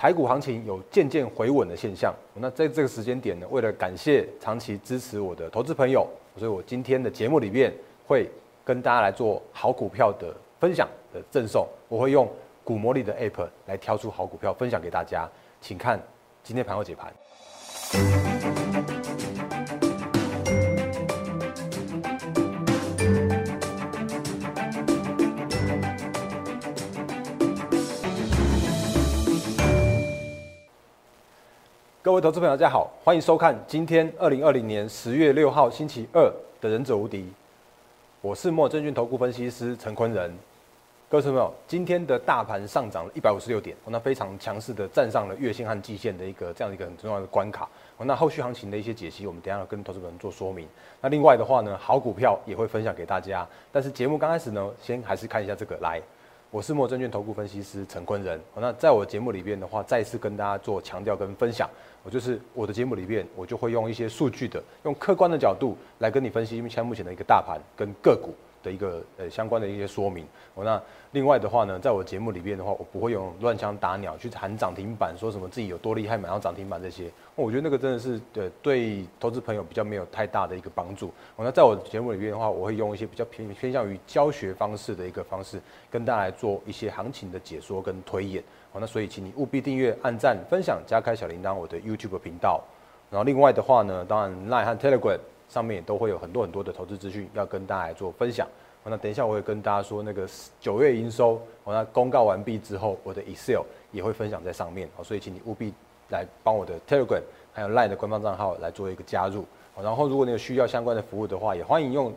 台股行情有渐渐回稳的现象。那在这个时间点呢，为了感谢长期支持我的投资朋友，所以我今天的节目里面会跟大家来做好股票的分享的赠送。我会用股魔力的 App 来挑出好股票分享给大家，请看今天盘后解盘。各位投资朋友，大家好，欢迎收看今天2020年10月6号星期二的《忍者无敌》，我是摩尔证券投顾分析师陈坤仁。各位投资朋友，今天的大盘上涨了156点，那非常强势的站上了月线和季线的这样一个很重要的关卡。那后续行情的一些解析，我们等一下跟投资朋友做说明。那另外的话呢，好股票也会分享给大家。但是节目刚开始呢，先还是看一下这个来。我是摩尔证券投顾分析师陈坤仁。那在我节目里面的话，再次跟大家做强调跟分享，我的节目里面，我就会用一些数据的，用客观的角度来跟你分析现在目前的一个大盘跟个股的一个相关的一些说明。那另外的话呢，在我节目里面的话，我不会用乱枪打鸟去喊涨停板，说什么自己有多厉害买到涨停板这些。我觉得那个真的是对投资朋友比较没有太大的一个帮助。那在我节目里面的话，我会用一些比较偏向于教学方式的一个方式，跟大家来做一些行情的解说跟推演。那所以请你务必订阅、按赞、分享、加开小铃铛我的 YouTube 频道。然后另外的话呢，当然 Line 和 Telegram 上面也都会有很多的投资资讯要跟大家来做分享。那等一下我会跟大家说那个9月营收，那公告完毕之后，我的 Excel 也会分享在上面。所以请你务必来帮我的 Telegram 还有 Line 的官方账号来做一个加入。然后如果你有需要相关的服务的话，也欢迎用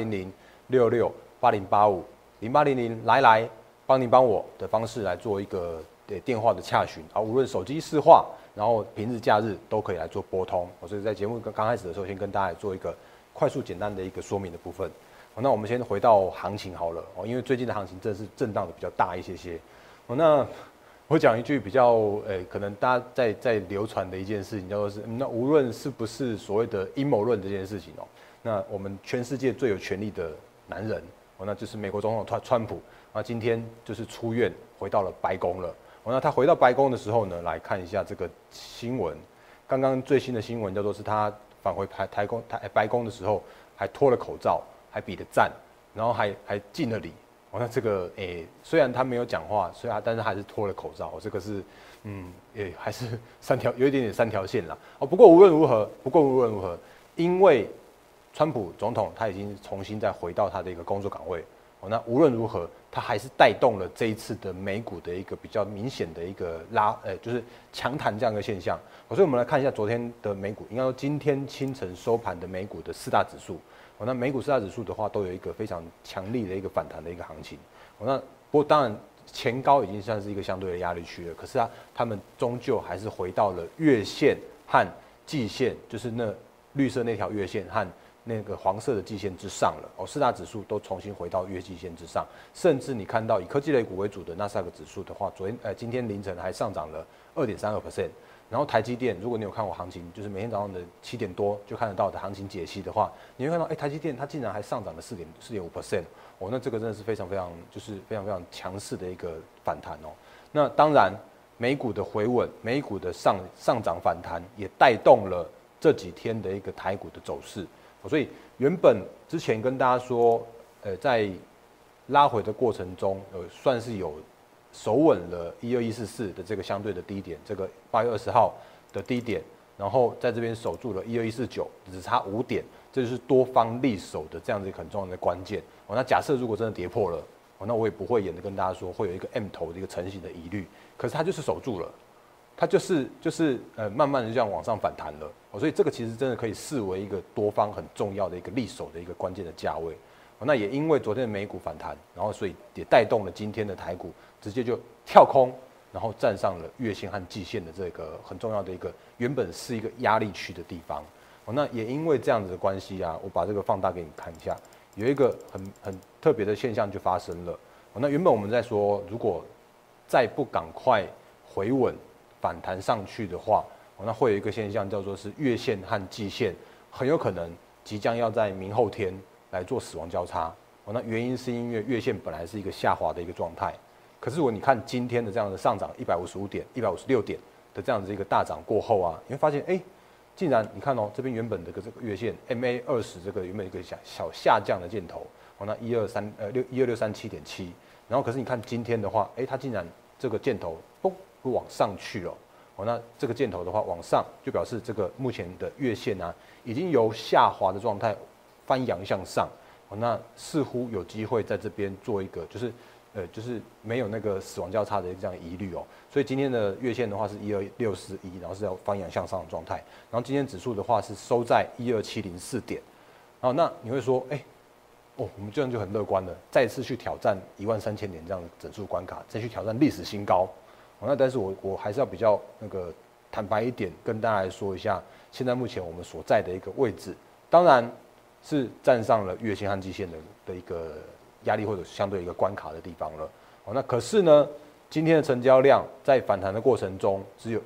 0800668085 0800来帮您帮我的方式来做一个电话的洽询啊，无论手机市话，然后平日假日都可以来做拨通。所以在节目刚开始的时候，先跟大家做一个快速简单的一个说明的部分。那我们先回到行情好了，因为最近的行情真的是震荡的比较大一些。那我讲一句比较可能大家在流传的一件事情，叫做是那无论是不是所谓的阴谋论这件事情那我们全世界最有权力的男人那就是美国总统川普。那今天就是出院回到了白宫了。那他回到白宫的时候呢，来看一下这个新闻。刚刚最新的新闻叫做是他返回白宫的时候，还脱了口罩，还比了赞，然后还敬了礼。那这个虽然他没有讲话，但是还是脱了口罩。这个是还是有一点点三条线啦。不过无论如何，因为川普总统他已经重新再回到他的一个工作岗位。那无论如何，它还是带动了这一次的美股的一个比较明显的一个就是强弹这样一个现象。所以我们来看一下昨天的美股，应该说今天清晨收盘的美股的4大指数。那美股4大指数的话，都有一个非常强力的一个反弹的一个行情。那不过当然前高已经算是一个相对的压力区了，可是他们终究还是回到了月线和季线，就是那绿色那条月线和那个黄色的季线之上了。4大指数都重新回到月季线之上，甚至你看到以科技类股为主的纳斯达克指数的话，今天凌晨还上涨了2.32%。然后台积电，如果你有看我行情，就是每天早上的7点多就看得到的行情解析的话，你会看到台积电它竟然还上涨了4.5%。那这个真的是非常非常强势的一个反弹那当然美股的回稳，美股的上涨反弹也带动了这几天的一个台股的走势。所以原本之前跟大家说，在拉回的过程中，算是有守稳了12144的这个相对的低点，这个8月20号的低点，然后在这边守住了12149，只差5点，这就是多方力守的这样子一个很重要的关键。那假设如果真的跌破了，那我也不会演的跟大家说会有一个 M 头的一个成型的疑虑，可是它就是守住了。它就是慢慢的这样往上反弹了。所以这个其实真的可以视为一个多方很重要的一个力守的一个关键的价位。那也因为昨天的美股反弹，然后所以也带动了今天的台股直接就跳空，然后站上了月线和季线的这个很重要的一个原本是一个压力区的地方。那也因为这样子的关系我把这个放大给你看一下，有一个很特别的现象就发生了。那原本我们在说，如果再不赶快回稳反弹上去的话，那会有一个现象叫做是月线和季线很有可能即将要在明后天来做死亡交叉。那原因是因为月线本来是一个下滑的一个状态， 可是如果你看今天的这样的上涨155点、156点的这样子一个大涨过后啊，你会发现，竟然你看这边原本的这个月线 MA20这个原本一个小下降的箭头，那12637.7，然后可是你看今天的话，它竟然这个箭头嘣往上去了，那这个箭头的话往上，就表示这个目前的月线啊，已经由下滑的状态翻扬向上，那似乎有机会在这边做一个就是没有那个死亡交叉的这样疑虑所以今天的月线的话是12641，然后是要翻扬向上的状态，然后今天指数的话是收在12704点，那你会说，我们这样就很乐观了，再次去挑战13000点这样的整数关卡，再去挑战历史新高，那但是我还是要比较那个坦白一点，跟大家来说一下，现在目前我们所在的一个位置，当然是站上了月线和季线的一个压力或者相对一个关卡的地方了，那可是呢，今天的成交量在反弹的过程中只有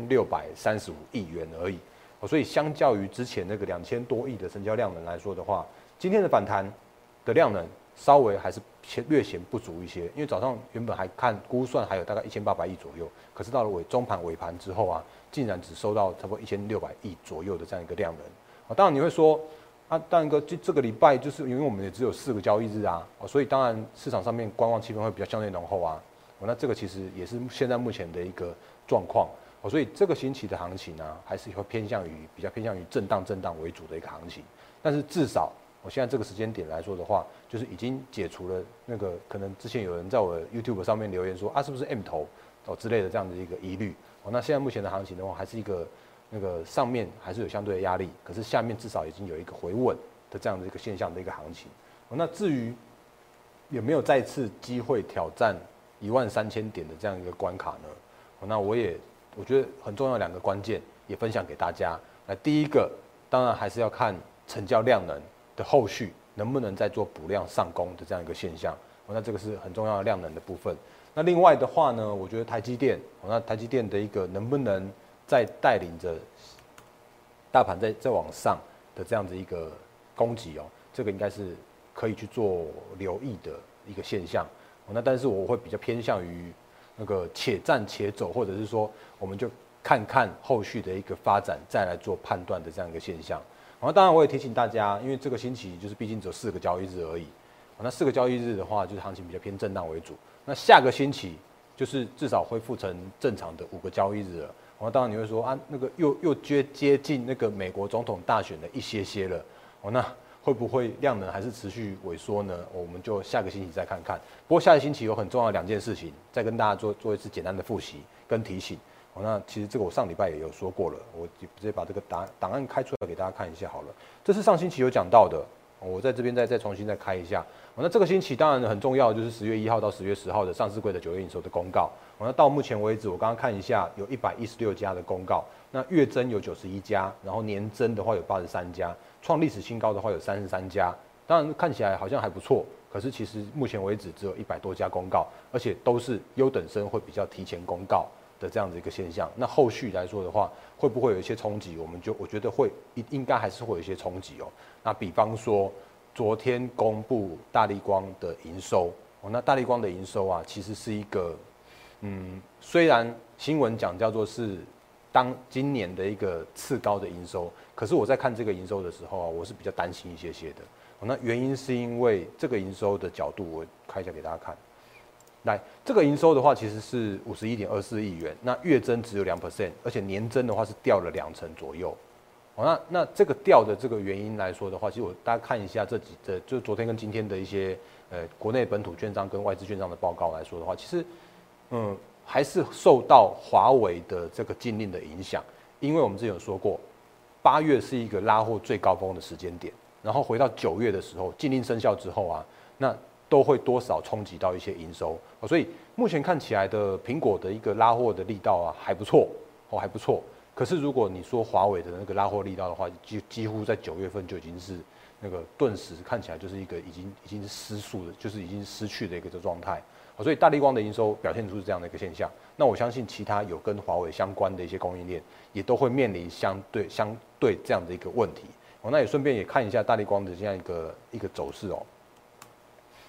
1635亿元而已，所以相较于之前那个2000多亿的成交量能来说的话，今天的反弹的量能稍微还是略显不足一些，因为早上原本还估算还有大概1800亿左右，可是到了中盘尾盘之后啊，竟然只收到差不多1600亿左右的这样一个量能，当然你会说。但这个礼拜就是因为我们也只有4个交易日啊，所以当然市场上面观望气氛会比较相对浓厚啊。那这个其实也是现在目前的一个状况，所以这个星期的行情啊，还是会比较偏向于震荡为主的一个行情。但是至少我现在这个时间点来说的话，就是已经解除了那个可能之前有人在我 YouTube 上面留言说是不是 M 头之类的这样的一个疑虑。那现在目前的行情的话，还是一个。那个上面还是有相对的压力，可是下面至少已经有一个回稳的这样的一个现象的一个行情。那至于有没有再次机会挑战13000点的这样一个关卡呢？那我觉得很重要的2个关键也分享给大家。那第一个当然还是要看成交量能的后续能不能再做补量上攻的这样一个现象。那这个是很重要的量能的部分。那另外的话呢，我觉得台积电，那台积电的一个能不能在带领着大盘再往上的这样子一个攻击这个应该是可以去做留意的一个现象。那但是我会比较偏向于那个且战且走，或者是说我们就看看后续的一个发展，再来做判断的这样一个现象。当然我也提醒大家，因为这个星期就是毕竟只有4个交易日而已，那4个交易日的话，就是行情比较偏震荡为主。那下个星期就是至少恢复成正常的5个交易日了。当然你会说那个又接近那个美国总统大选的一些了，那会不会量能还是持续萎缩呢？我们就下个星期再看看。不过下个星期有很重要的2件事情，再跟大家做一次简单的复习跟提醒。那其实这个我上礼拜也有说过了，我直接把这个档案开出来给大家看一下好了。这是上星期有讲到的，我在这边再重新开一下。那这个星期当然很重要，就是10月1号到10月10号的上市柜的9月营收的公告。那到目前为止，我刚刚看一下，有116家的公告，那月增有91家，然后年增的话有83家，创历史新高的话有33家。当然看起来好像还不错，可是其实目前为止只有100多家公告，而且都是优等生会比较提前公告的这样子一个现象。那后续来说的话，会不会有一些冲击？我觉得应该还是会有一些冲击那比方说，昨天公布大立光的营收那大立光的营收啊，其实是一个虽然新闻讲叫做是今年的一个次高的营收，可是我在看这个营收的时候啊，我是比较担心一些的。那原因是因为这个营收的角度，我开一下给大家看。来，这个营收的话，其实是51.24亿元，那月增只有2%，而且年增的话是掉了2成左右。那这个掉的这个原因来说的话，其实我大家看一下就昨天跟今天的一些国内本土券商跟外资券商的报告来说的话，其实还是受到华为的这个禁令的影响，因为我们之前有说过，8月是一个拉货最高峰的时间点，然后回到9月的时候，禁令生效之后啊，那都会多少冲击到一些营收，所以目前看起来的苹果的一个拉货的力道啊还不错，还不错。可是如果你说华为的那个拉货力道的话，几乎在9月份就已经是那个顿时看起来就是一个已经是失速的，就是已经失去的一个状态。所以大立光的营收表现出这样的一个现象。那我相信其他有跟华为相关的一些供应链也都会面临相对这样的一个问题。那也顺便也看一下大立光的这样一个走势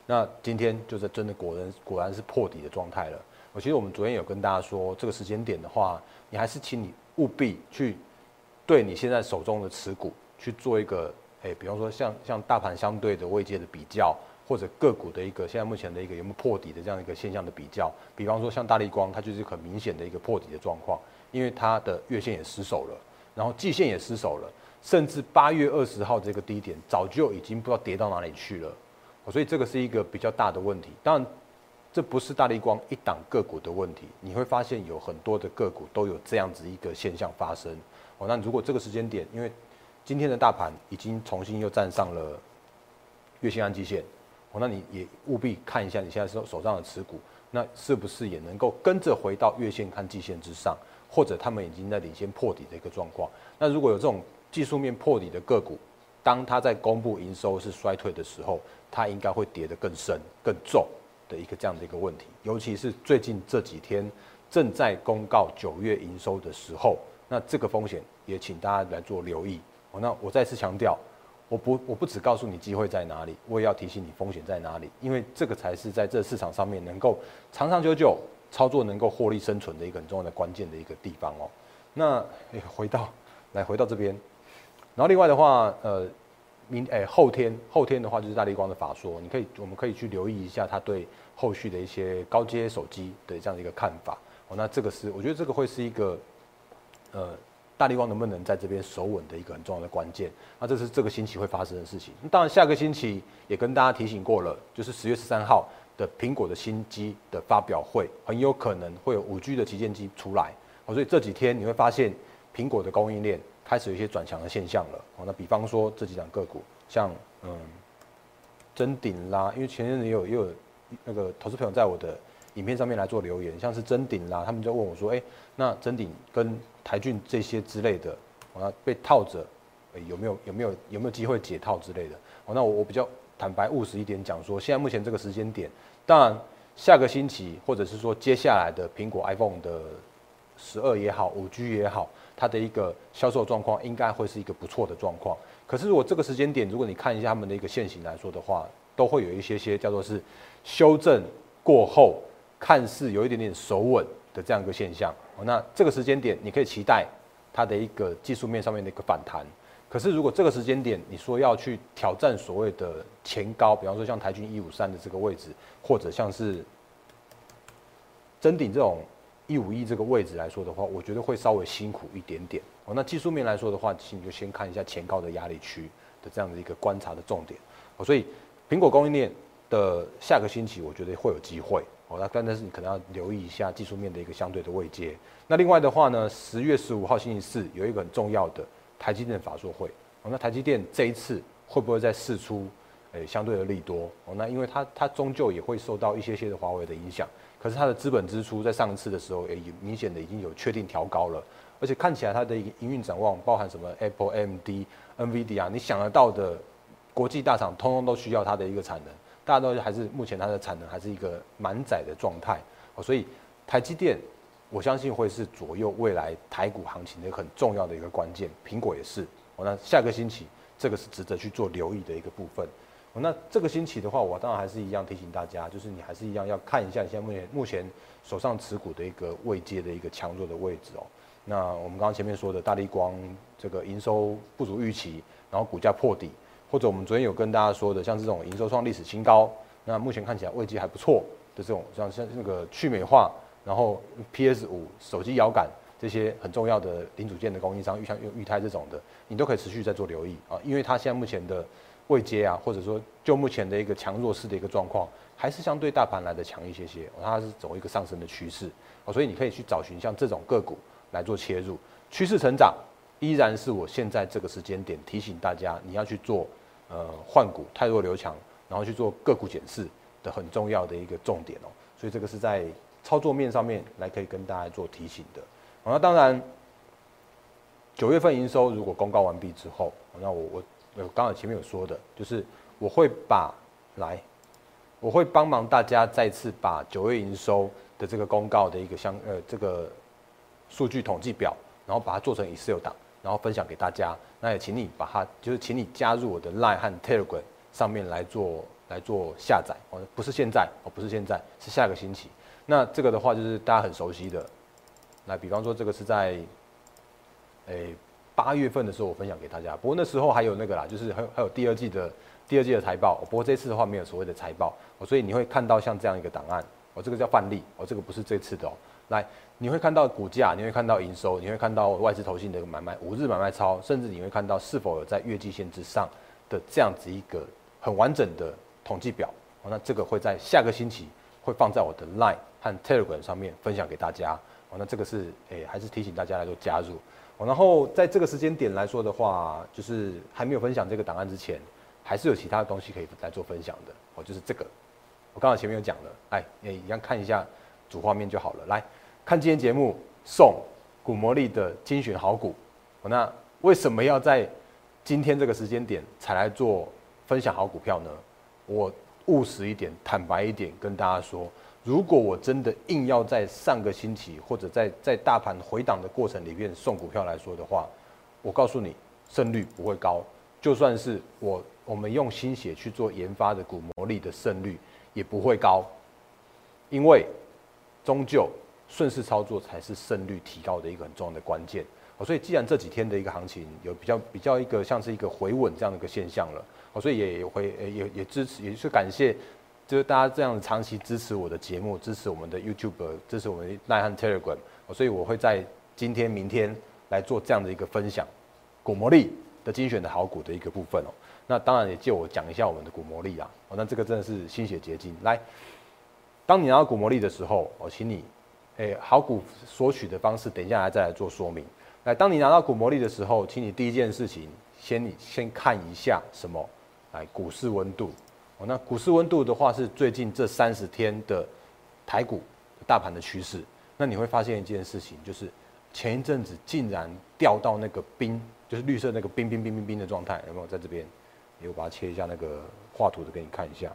那今天就是真的果然是破底的状态了。其实我们昨天有跟大家说，这个时间点的话，你还是请你务必去对你现在手中的持股去做一个，比方说像大盘相对的位阶的比较，或者个股的一个现在目前的一个有没有破底的这样一个现象的比较。比方说像大立光，它就是很明显的一个破底的状况，因为它的月线也失守了，然后季线也失守了，甚至8月20号这个低点早就已经不知道跌到哪里去了。所以这个是一个比较大的问题。当然，这不是大立光一档个股的问题，你会发现有很多的个股都有这样子一个现象发生。那如果这个时间点，因为今天的大盘已经重新又站上了月线和季线，那你也务必看一下你现在手上的持股，那是不是也能够跟着回到月线和季线之上，或者他们已经在领先破底的一个状况。那如果有这种技术面破底的个股，当它在公布营收是衰退的时候，它应该会跌得更深、更重的一个这样的一个问题。尤其是最近这几天正在公告9月营收的时候，那这个风险也请大家来做留意。那我再次强调，我不只告诉你机会在哪里，我也要提醒你风险在哪里，因为这个才是在这市场上面能够长长久久操作能够获利生存的一个很重要的关键的一个地方哦。那回到这边，然后另外的话，后天的话就是大立光的法说，我们可以去留意一下他对后续的一些高阶手机的这样的一个看法。那这个是我觉得这个会是一个大立光能不能在这边守稳的一个很重要的关键。那这是这个星期会发生的事情。当然下个星期也跟大家提醒过了，就是10月13号的苹果的新机的发表会，很有可能会有5G 的旗舰机出来。所以这几天你会发现苹果的供应链开始有一些转强的现象了。那比方说这几档个股，像臻鼎啦，因为前阵子也有那个投资朋友在我的影片上面来做留言，像是臻鼎啦，他们就问我说，那臻鼎跟台骏这些之类的，被套着，有没有机会解套之类的？那我比较坦白务实一点讲说，现在目前这个时间点，当然下个星期或者是说接下来的苹果 iPhone 的12也好，5G 也好，它的一个销售状况应该会是一个不错的状况。可是如果这个时间点，如果你看一下他们的一个现形来说的话，都会有一些叫做是修正过后，看似有一点点守稳的这样一个现象。那这个时间点，你可以期待它的一个技术面上面的一个反弹。可是如果这个时间点你说要去挑战所谓的前高，比方说像台骏153的这个位置，或者像是臻鼎这种151这个位置来说的话，我觉得会稍微辛苦一点点。那技术面来说的话，你就先看一下前高的压力区的这样的一个观察的重点。所以苹果供应链的下个星期，我觉得会有机会。但是你可能要留意一下技术面的一个相对的位阶。那另外的话呢，10月15号星期四有一个很重要的台积电法说会。那台积电这一次会不会再释出相对的利多？那因为它终究也会受到一些的华为的影响，可是它的资本支出在上一次的时候也明显的已经有确定调高了，而且看起来它的一个营运展望，包含什么 Apple、AMD、NVIDIA， 你想得到的国际大厂，通通都需要它的一个产能。大家都还是目前它的产能还是一个满载的状态，所以台积电我相信会是左右未来台股行情的一个很重要的一个关键，苹果也是。那下个星期这个是值得去做留意的一个部分。那这个星期的话，我当然还是一样提醒大家，就是你还是一样要看一下你现在目前手上持股的一个位阶的一个强弱的位置哦。那我们刚刚前面说的大立光这个营收不足预期，然后股价破底。或者我们昨天有跟大家说的，像这种营收创历史新高，那目前看起来位阶还不错的这种，像那个去美化，然后 PS5 手机摇杆这些很重要的零组件的供应商，像裕泰这种的，你都可以持续在做留意啊，因为它现在目前的位阶啊，或者说就目前的一个强弱势的一个状况，还是相对大盘来的强一些，它是走一个上升的趋势，所以你可以去找寻像这种个股来做切入，趋势成长依然是我现在这个时间点提醒大家你要去做。换股太弱留强，然后去做个股检视的很重要的一个重点哦，所以这个是在操作面上面来可以跟大家做提醒的。那当然，9月份营收如果公告完毕之后，那我刚好前面有说的，就是我会帮忙大家再次把9月营收的这个公告的一个这个数据统计表，然后把它做成 Excel 档。然后分享给大家，那也请你请你加入我的 Line 和 Telegram 上面来做来做下载哦，不是现在哦，不是现在，是下个星期。那这个的话就是大家很熟悉的，来，比方说这个是在8月份的时候我分享给大家，不过那时候还有那个啦，就是还有第二季的财报，不过这次的话没有所谓的财报，所以你会看到像这样一个档案，这个叫范例，这个不是这次的哦。来，你会看到股价，你会看到营收，你会看到外资投信的买卖，5日买卖超，甚至你会看到是否有在月季线之上的这样子一个很完整的统计表。那这个会在下个星期会放在我的 Line 和 Telegram 上面分享给大家。那这个是还是提醒大家来做加入。然后在这个时间点来说的话，就是还没有分享这个档案之前，还是有其他的东西可以来做分享的。就是这个，我刚才前面有讲了，来一样看一下主画面就好了。来看今天节目送股魔力的精选好股。那为什么要在今天这个时间点才来做分享好股票呢？我务实一点，坦白一点跟大家说，如果我真的硬要在上个星期或者在大盘回档的过程里面送股票来说的话，我告诉你胜率不会高，就算是我们用心血去做研发的股魔力的胜率也不会高，因为终究顺势操作才是胜率提高的一个很重要的关键。所以既然这几天的一个行情有比较一个像是一个回稳这样的一个现象了，所以也支持，也是感谢，就是大家这样长期支持我的节目，支持我们的 YouTube， 支持我们的 Line 和 Telegram，所以我会在今天、明天来做这样的一个分享，股魔力的精选的好股的一个部分哦。那当然也借我讲一下我们的股魔力啦，那这个真的是心血结晶。来，当你拿到股魔力的时候，请你，好股索取的方式，等一下再来做说明。来，当你拿到股魔力的时候，请你第一件事情，先看一下什么？来，股市温度。那股市温度的话，是最近这30天的台股大盘的趋势。那你会发现一件事情，就是前一阵子竟然掉到那个冰，就是绿色那个冰的状态，有没有在这边？我把它切一下那个画图的给你看一下。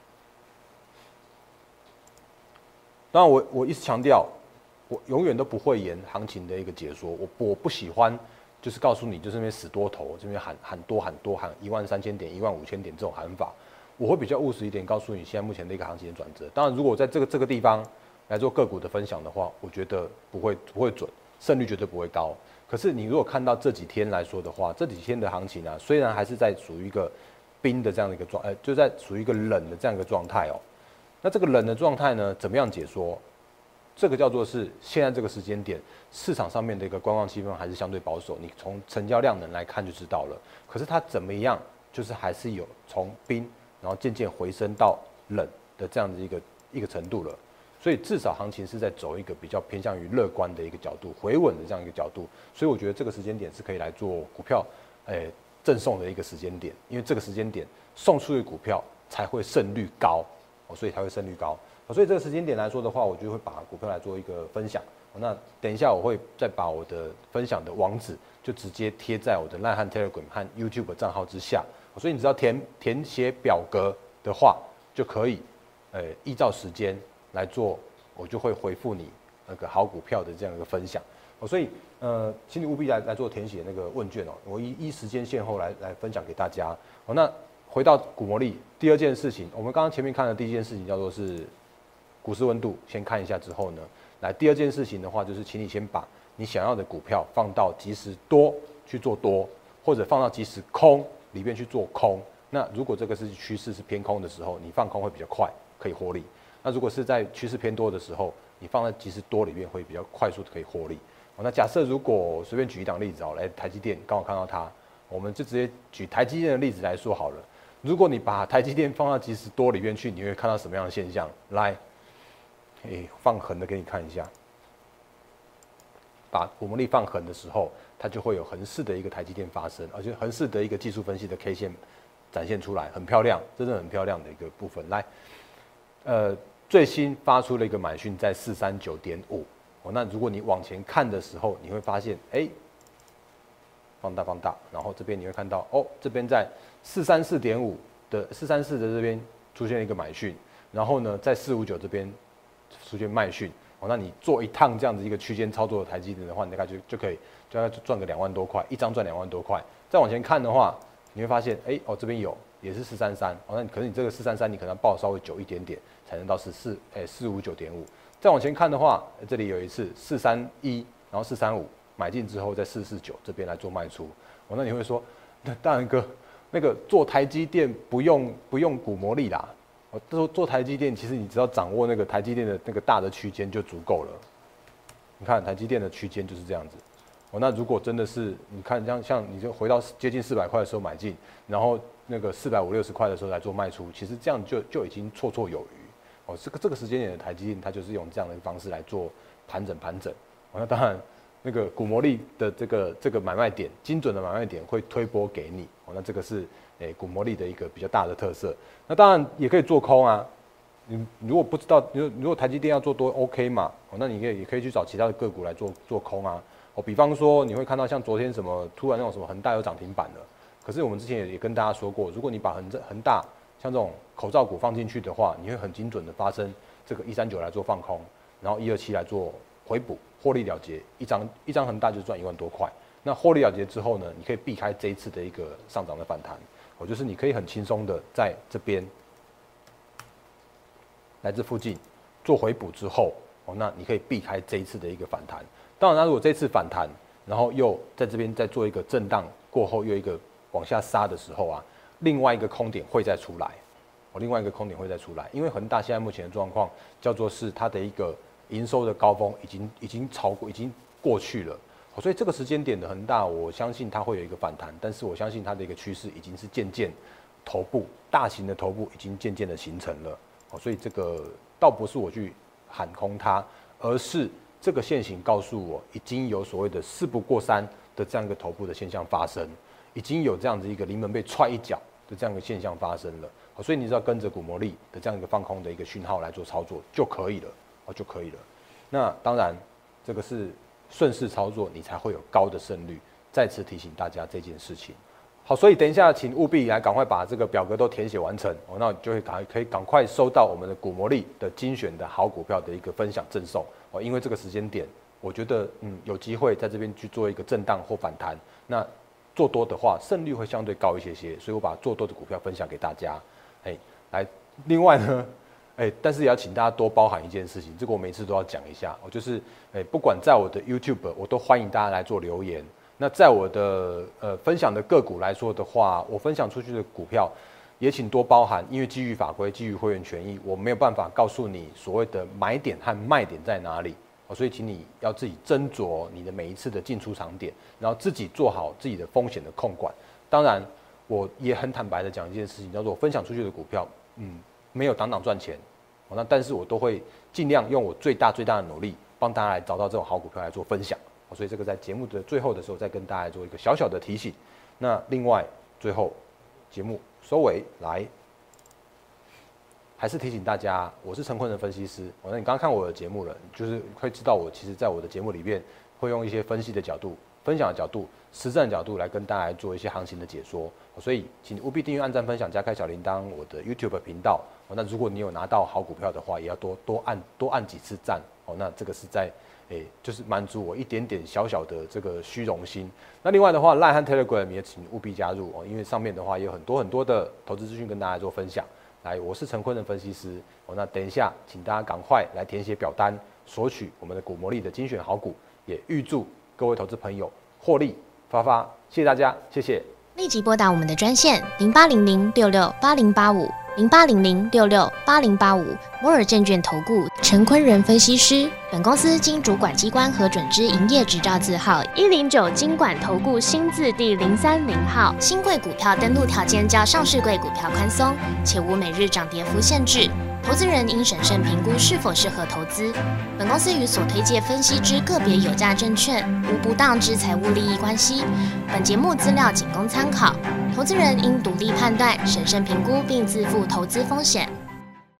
当然我一直强调，我永远都不会言行情的一个解说，我不喜欢就是告诉你就是那边死多头，这边喊多喊13000点、15000点这种喊法，我会比较务实一点，告诉你现在目前的一个行情的转折。当然，如果在这个地方来做个股的分享的话，我觉得不会准，胜率绝对不会高。可是你如果看到这几天来说的话，这几天的行情啊，虽然还是在属于一个冰的这样的一个就在属于一个冷的这样一个状态哦。那这个冷的状态呢，怎么样解说？这个叫做是现在这个时间点，市场上面的一个观望气氛还是相对保守。你从成交量能来看就知道了。可是它怎么样，就是还是有从冰，然后渐渐回升到冷的这样的一个程度了。所以至少行情是在走一个比较偏向于乐观的一个角度，回稳的这样一个角度。所以我觉得这个时间点是可以来做股票，赠送的一个时间点，因为这个时间点送出的股票才会胜率高，所以才会胜率高。所以这个时间点来说的话，我就会把股票来做一个分享。那等一下我会再把我的分享的网址就直接贴在我的 Line 和 Telegram 和 YouTube 账号之下。所以你只要填写表格的话，就可以依照时间来做，我就会回复你那个好股票的这样一个分享。所以请你务必来做填写那个问卷哦，我依时间先后来分享给大家。那回到股魔力，第二件事情，我们刚刚前面看的第一件事情叫做是股市温度，先看一下之后呢，来第二件事情的话，就是请你先把你想要的股票放到即时多去做多，或者放到即时空里面去做空。那如果这个是趋势是偏空的时候，你放空会比较快，可以获利。那如果是在趋势偏多的时候，你放在即时多里面会比较快速的可以获利。那假设如果随便举一档例子哦，来台积电，刚好看到它，我们就直接举台积电的例子来说好了。如果你把台积电放到即时多里面去，你会看到什么样的现象？来。放横的给你看一下，把股魔力放横的时候，它就会有横式的一个台积电发生，而且横式的一个技术分析的 K 线展现出来，很漂亮，真的很漂亮的一个部分。来，最新发出了一个买讯在439.5，那如果你往前看的时候，你会发现，放大，然后这边你会看到，这边在434.5的434的这边出现了一个买讯，然后呢，在459这边出现卖讯，那你做一趟这样子一个区间操作的台积电的话，你大概就可以赚个2万多块，一张赚2万多块。再往前看的话，你会发现，这边有也是433，那可是你这个433你可能要抱稍微久一点点，才能到459.5。再往前看的话，这里有一次431，然后435买进之后在449这边来做卖出。那你会说，那大仁哥，那个做台积电不用股魔力啦。做台积电，其实你只要掌握那个台积电的那个大的区间就足够了。你看台积电的区间就是这样子。那如果真的是你看像你就回到接近400块的时候买进，然后那个450、60块的时候来做卖出，其实这样就已经绰绰有余。这个时间点的台积电，它就是用这样的方式来做盘整。那当然，那个股魔力的这个买卖点，精准的买卖点会推波给你。那这个是股魔力的一个比较大的特色。那当然也可以做空啊。你如果不知道，如果台积电要做多 OK 嘛，那你也可以去找其他的个股来做空啊。比方说你会看到像昨天什么突然那种什么恒大有涨停板了，可是我们之前也跟大家说过，如果你把恒大像这种口罩股放进去的话，你会很精准的发生这个139来做放空，然后127来做回补，获利了结，一张恒大就赚1万多块。那获利了结之后呢，你可以避开这一次的一个上涨的反弹，就是你可以很轻松的在这边来自附近做回补之后，那你可以避开这一次的一个反弹。当然，如果这次反弹，然后又在这边再做一个震荡过后，又一个往下杀的时候啊，另外一个空点会再出来，因为恒大现在目前的状况叫做是它的一个营收的高峰已经过去了，所以这个时间点的恒大，我相信它会有一个反弹，但是我相信它的一个趋势已经是渐渐大型的头部已经渐渐的形成了，所以这个倒不是我去喊空它，而是这个线型告诉我已经有所谓的4不过3的这样一个头部的现象发生，已经有这样子一个临门被踹一脚的这样一个现象发生了，所以你只要跟着股魔力的这样一个放空的一个讯号来做操作就可以了。那当然，这个是顺势操作，你才会有高的胜率。再次提醒大家这件事情。好，所以等一下，请务必来赶快把这个表格都填写完成，那你就可以赶快收到我们的股魔力的精选的好股票的一个分享赠送。因为这个时间点，我觉得有机会在这边去做一个震荡或反弹，那做多的话胜率会相对高一些，所以我把做多的股票分享给大家。来，另外呢。但是也要请大家多包涵一件事情，这个我每次都要讲一下，就是不管在我的 YouTube， 我都欢迎大家来做留言。那在我的分享的个股来说的话，我分享出去的股票也请多包涵，因为基于法规、基于会员权益，我没有办法告诉你所谓的买点和卖点在哪里，所以请你要自己斟酌你的每一次的进出场点，然后自己做好自己的风险的控管。当然，我也很坦白的讲一件事情，叫做我分享出去的股票，没有档赚钱，那但是我都会尽量用我最大的努力，帮大家来找到这种好股票来做分享。所以这个在节目的最后的时候，再跟大家做一个小小的提醒。那另外最后节目收尾来，还是提醒大家，我是陈坤的分析师。那你刚刚看我的节目了，就是会知道我其实在我的节目里面会用一些分析的角度、分享的角度、实战的角度来跟大家来做一些行情的解说。所以请务必订阅、按赞、分享、加开小铃铛我的 YouTube 频道。那如果你有拿到好股票的话，也要多按几次赞。那这个是在就是满足我一点点小小的这个虚荣心。那另外的话 ，LINE 和 Telegram 也请务必加入因为上面的话也有很多的投资资讯跟大家做分享。来，我是陈坤的分析师。那等一下，请大家赶快来填写表单，索取我们的股魔力的精选好股。也预祝各位投资朋友获利发，谢谢大家，谢谢。 立即拨打我们的专线0800668085，0800668085，摩尔证券投顾陈坤仁分析师。本公司经主管机关核准之营业执照字号109金管投顾新字第030号。新贵股票登录条件较上市贵股票宽松，且无每日涨跌幅限制。投资人应审慎评估是否适合投资。本公司与所推介分析之个别有价证券无不当之财务利益关系。本节目资料仅供参考，投资人应独立判断、审慎评估并自负投资风险。